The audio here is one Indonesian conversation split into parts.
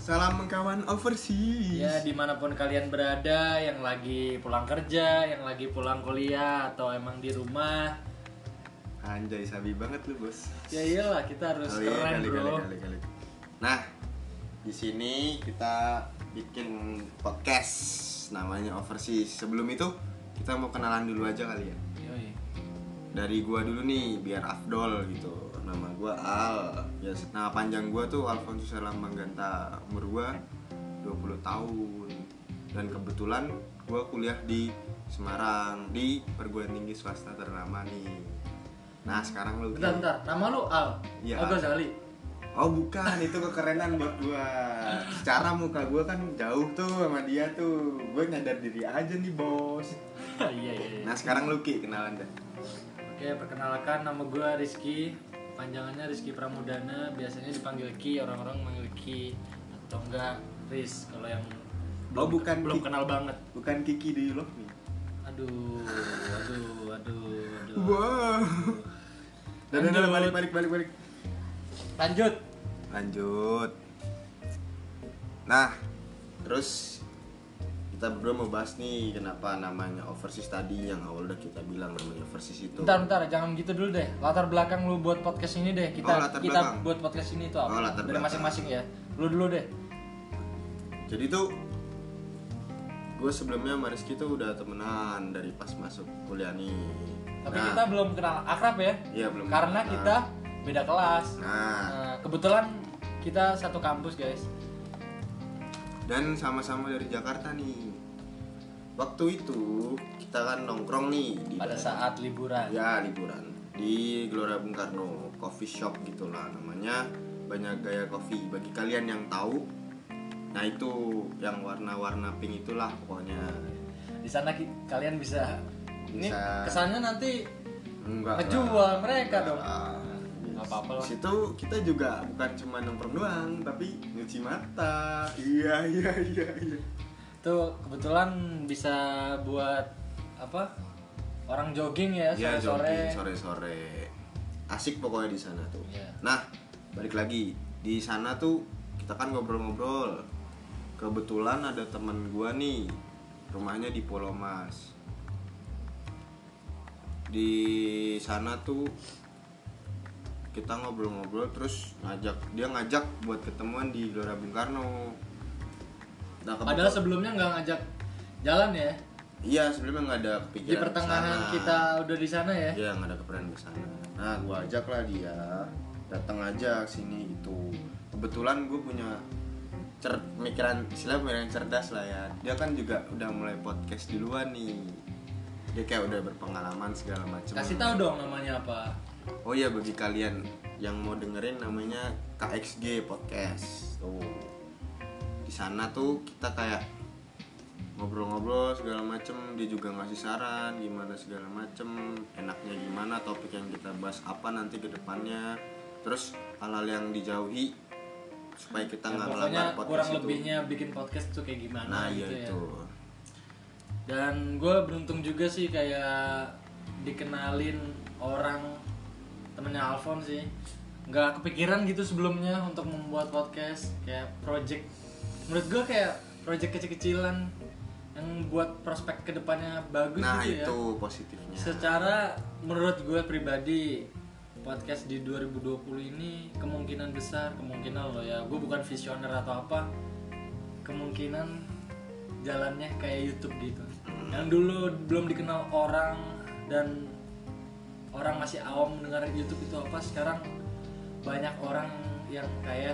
Salam kawan overseas. Ya, dimanapun kalian berada, yang lagi pulang kerja, yang lagi pulang kuliah, atau emang di rumah. Anjay, sabi banget lu, Bos. Ya iyalah, kita harus keren, bro. Kali. Nah, di sini kita bikin podcast namanya Overseas. Sebelum itu, kita mau kenalan dulu aja kali ya. Yoi. Dari gua dulu nih, biar afdol gitu. Nama gua Al. Ya, nama panjang gua tuh Alfonso Lambang Ganta. Umur gua 20 tahun. Dan kebetulan gua kuliah di Semarang, di perguruan tinggi swasta ternama nih. Nah, sekarang lu Bentar, nama lu Al? Iya. Oh, Ghazali? Oh bukan, itu kekerenan buat gua. Secara muka gua kan jauh tuh sama dia tuh. Gua nyadar diri aja nih, Bos. Iya. Nah, sekarang lu Ki, kenalan deh. Oke, perkenalkan, nama gue Rizky. Panjangannya Rizky Pramudana. Biasanya dipanggil Ki, orang-orang manggil Ki. Atau enggak Riz, kalau yang belum kenal banget. Bukan Kiki do you love me? Aduh. Wow. Dan balik. Lanjut. Nah, terus kita berdua mau bahas nih kenapa namanya Overseas tadi, yang awal udah kita bilang namanya Overseas itu. Bentar, jangan gitu dulu deh. Latar belakang lu buat podcast ini deh. Kita belakang. buat podcast ini tuh apa? Latar Dari belakang. masing-masing ya. Lu dulu deh. Jadi tuh gue sebelumnya sama Rizky tuh udah temenan dari pas masuk kuliah nih. Tapi kita belum kenal akrab ya. Iya, belum. Karena kenal. kita beda kelas. Nah, Kebetulan kita satu kampus, guys. dan sama-sama dari Jakarta nih. Waktu itu kita kan nongkrong nih di Pada saat liburan. Ya, liburan di Gelora Bung Karno, coffee shop gitulah namanya, Banyak Gaya Coffee. Bagi kalian yang tahu, nah itu yang warna-warna pink itulah pokoknya. Di sana kalian bisa. Ini kesannya nanti Enggak ngejual mereka dong. Nggak apa-apa lah. Di situ kita juga bukan cuma nongkrong doang, tapi nyuci mata. Iya. Tuh kebetulan bisa buat apa? Orang jogging ya Iya, sore-sore. Sore-sore. Asik pokoknya di sana tuh. Iya. Nah, balik lagi. Di sana tuh kita kan ngobrol-ngobrol. Kebetulan ada temen gua nih, rumahnya di Pulau Mas. Di sana tuh kita ngobrol-ngobrol, terus dia ngajak buat ketemuan di Gelora Bung Karno. Nah, Padahal sebelumnya nggak ngajak jalan ya. Iya, sebelumnya nggak ada kepikiran Di pertengahan kesana. kita udah di sana ya. Iya, nggak ada kepikiran ke sana. Nah, gua ajak lah dia datang aja sini itu. Kebetulan gue punya pemikiran cerdas lah ya. Dia kan juga udah mulai podcast duluan nih. Dia kayak udah berpengalaman segala macam. Kasih tahu dong namanya apa. Oh iya, bagi kalian yang mau dengerin, namanya KXG Podcast. Tuh. Di sana tuh kita kayak ngobrol-ngobrol segala macem. Dia juga ngasih saran gimana segala macem, enaknya gimana, topik yang kita bahas apa nanti ke depannya. Terus hal-hal yang dijauhi supaya kita nggak melanggar podcast kurang itu. lebihnya bikin podcast tuh kayak gimana Nah, gitu iya ya. itu. Dan gue beruntung juga sih kayak dikenalin orang temennya Alfon sih. Nggak kepikiran gitu sebelumnya untuk membuat podcast kayak project. Menurut gue kayak project kecil-kecilan yang buat prospek kedepannya bagus Nah, gitu ya. itu positifnya. Secara menurut gue pribadi, podcast di 2020 ini kemungkinan loh ya, gue bukan visioner atau apa, kemungkinan jalannya kayak YouTube gitu. Yang dulu belum dikenal orang dan orang masih awam mendengar YouTube itu apa, sekarang banyak orang yang kayak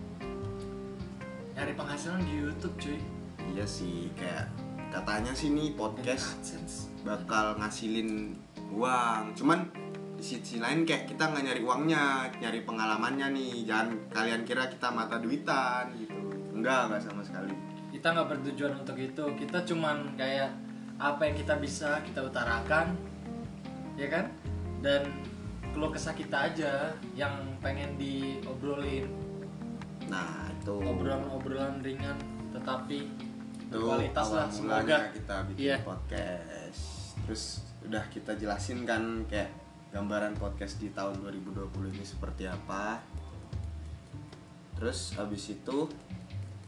nyari penghasilan di YouTube, cuy. Iya sih, kayak katanya sih nih podcast bakal ngasilin uang. Cuman di sisi lain kayak kita nggak nyari uangnya, nyari pengalamannya nih. Jangan kalian kira kita mata duitan gitu. Enggak sama sekali. Kita nggak bertujuan untuk itu. Kita cuman kayak apa yang kita bisa kita utarakan, ya kan? Dan keluh kesah kita aja yang pengen diobrolin. Nah, itu Obrolan ringan tetapi itu berkualitas awal lah, mulanya semoga. kita bikin Iya. podcast. Terus udah kita jelasin kan kayak gambaran podcast di tahun 2020 ini seperti apa. Terus abis itu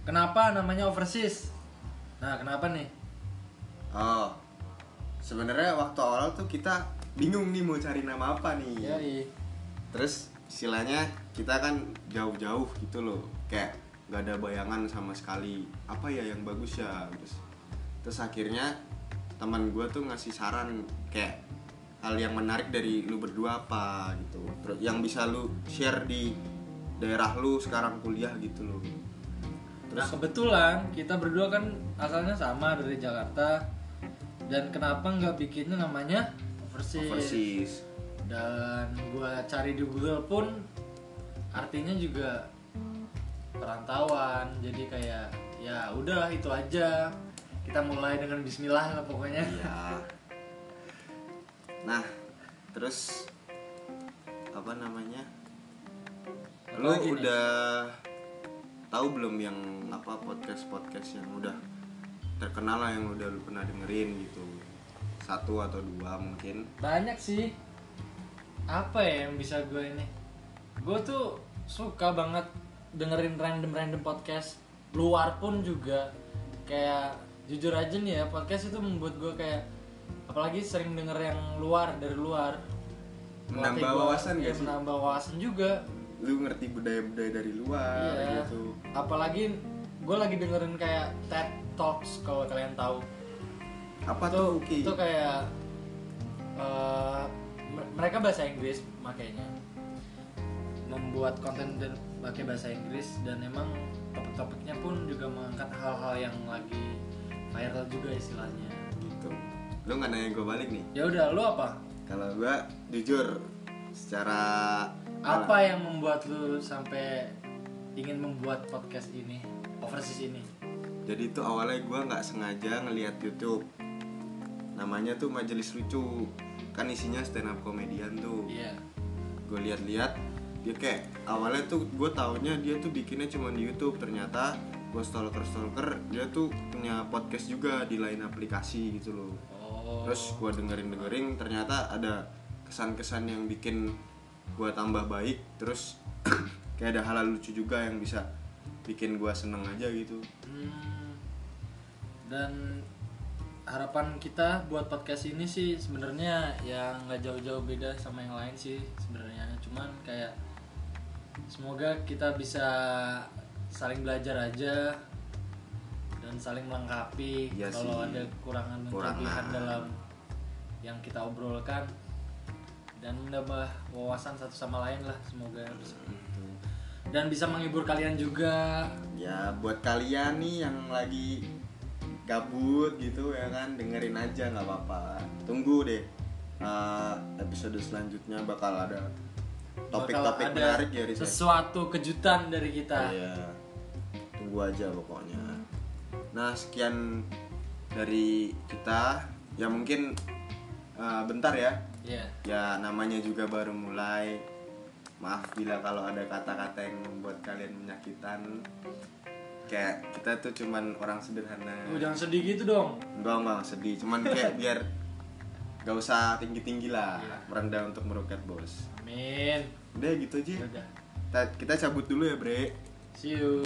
kenapa namanya Overseas? Nah, kenapa nih? Oh, sebenarnya waktu awal tuh kita bingung nih mau cari nama apa nih. Yoi. Terus istilahnya kita kan jauh-jauh gitu loh, kayak nggak ada bayangan sama sekali apa ya yang bagus ya. Terus akhirnya teman gue tuh ngasih saran kayak hal yang menarik dari lu berdua apa gitu, terus yang bisa lu share di daerah lu sekarang kuliah gitu loh. Nah, kebetulan kita berdua kan asalnya sama dari Jakarta. Dan kenapa nggak bikinnya namanya Overseas? Overseas. Dan gua cari di Google pun artinya juga perantauan. Jadi kayak ya udah itu aja. Kita mulai dengan bismillah lah pokoknya. Iya. Nah, terus apa namanya? Lu Apalagi nih? udah tahu belum yang apa podcast yang udah terkenal lah, yang udah lu pernah dengerin gitu? Satu atau dua mungkin. Banyak sih. Apa ya yang bisa gue ini? Gue tuh suka banget dengerin random podcast. Luar pun juga. Kayak jujur aja nih ya, podcast itu membuat gue kayak, apalagi sering denger yang dari luar. Menambah Melatih gua, wawasan ya, gak sih? menambah wawasan juga. Lu ngerti budaya-budaya dari luar Iya. gitu. Apalagi gue lagi dengerin kayak TED Talks, kalau kalian tahu. Apa tuh Ki? Itu kayak mereka bahasa Inggris, makanya membuat konten dan pakai bahasa Inggris, dan emang topik-topiknya pun juga mengangkat hal-hal yang lagi viral juga istilahnya. Gitu. Lu nggak nanya gue balik nih? Ya udah, lu apa? Kalau gue jujur secara Apa yang membuat lu sampai ingin membuat podcast ini, Overseas ini? jadi itu awalnya gue nggak sengaja ngelihat YouTube, namanya tuh Majelis Lucu, kan isinya stand up komedian tuh. Iya. Gue lihat-lihat dia kayak awalnya tuh gue taunya dia tuh bikinnya cuma di YouTube, ternyata gue stalker dia tuh punya podcast juga di lain aplikasi gitu loh. Oh. Terus gue dengerin ternyata ada kesan-kesan yang bikin gue tambah baik, terus kayak ada hal lucu juga yang bisa bikin gue seneng aja gitu. Dan harapan kita buat podcast ini sih sebenarnya ya nggak jauh-jauh beda sama yang lain sih sebenarnya. Cuman kayak semoga kita bisa saling belajar aja dan saling melengkapi. Iya Kalau sih. ada kekurangan dan kelebihan dalam yang kita obrolkan, dan menambah wawasan satu sama lain lah, semoga bisa. Dan bisa menghibur kalian juga. Ya buat kalian nih yang lagi gabut gitu ya kan, dengerin aja nggak apa-apa. Tunggu deh episode selanjutnya bakal ada topik-topik Bakal ada menarik ya Riz. sesuatu kejutan dari kita. Iya, tunggu aja pokoknya. Nah sekian dari kita ya, mungkin bentar ya. Iya. Ya namanya juga baru mulai. Maaf bila kalau ada kata-kata yang membuat kalian menyakitan. Kayak kita tuh cuman orang sederhana. Jangan sedih gitu dong. Enggak sedih, cuman kayak biar gak usah tinggi-tinggi lah, Iya. merendah untuk meroket bos. Amin. Udah gitu aja. Udah. Kita cabut dulu ya bre. See you.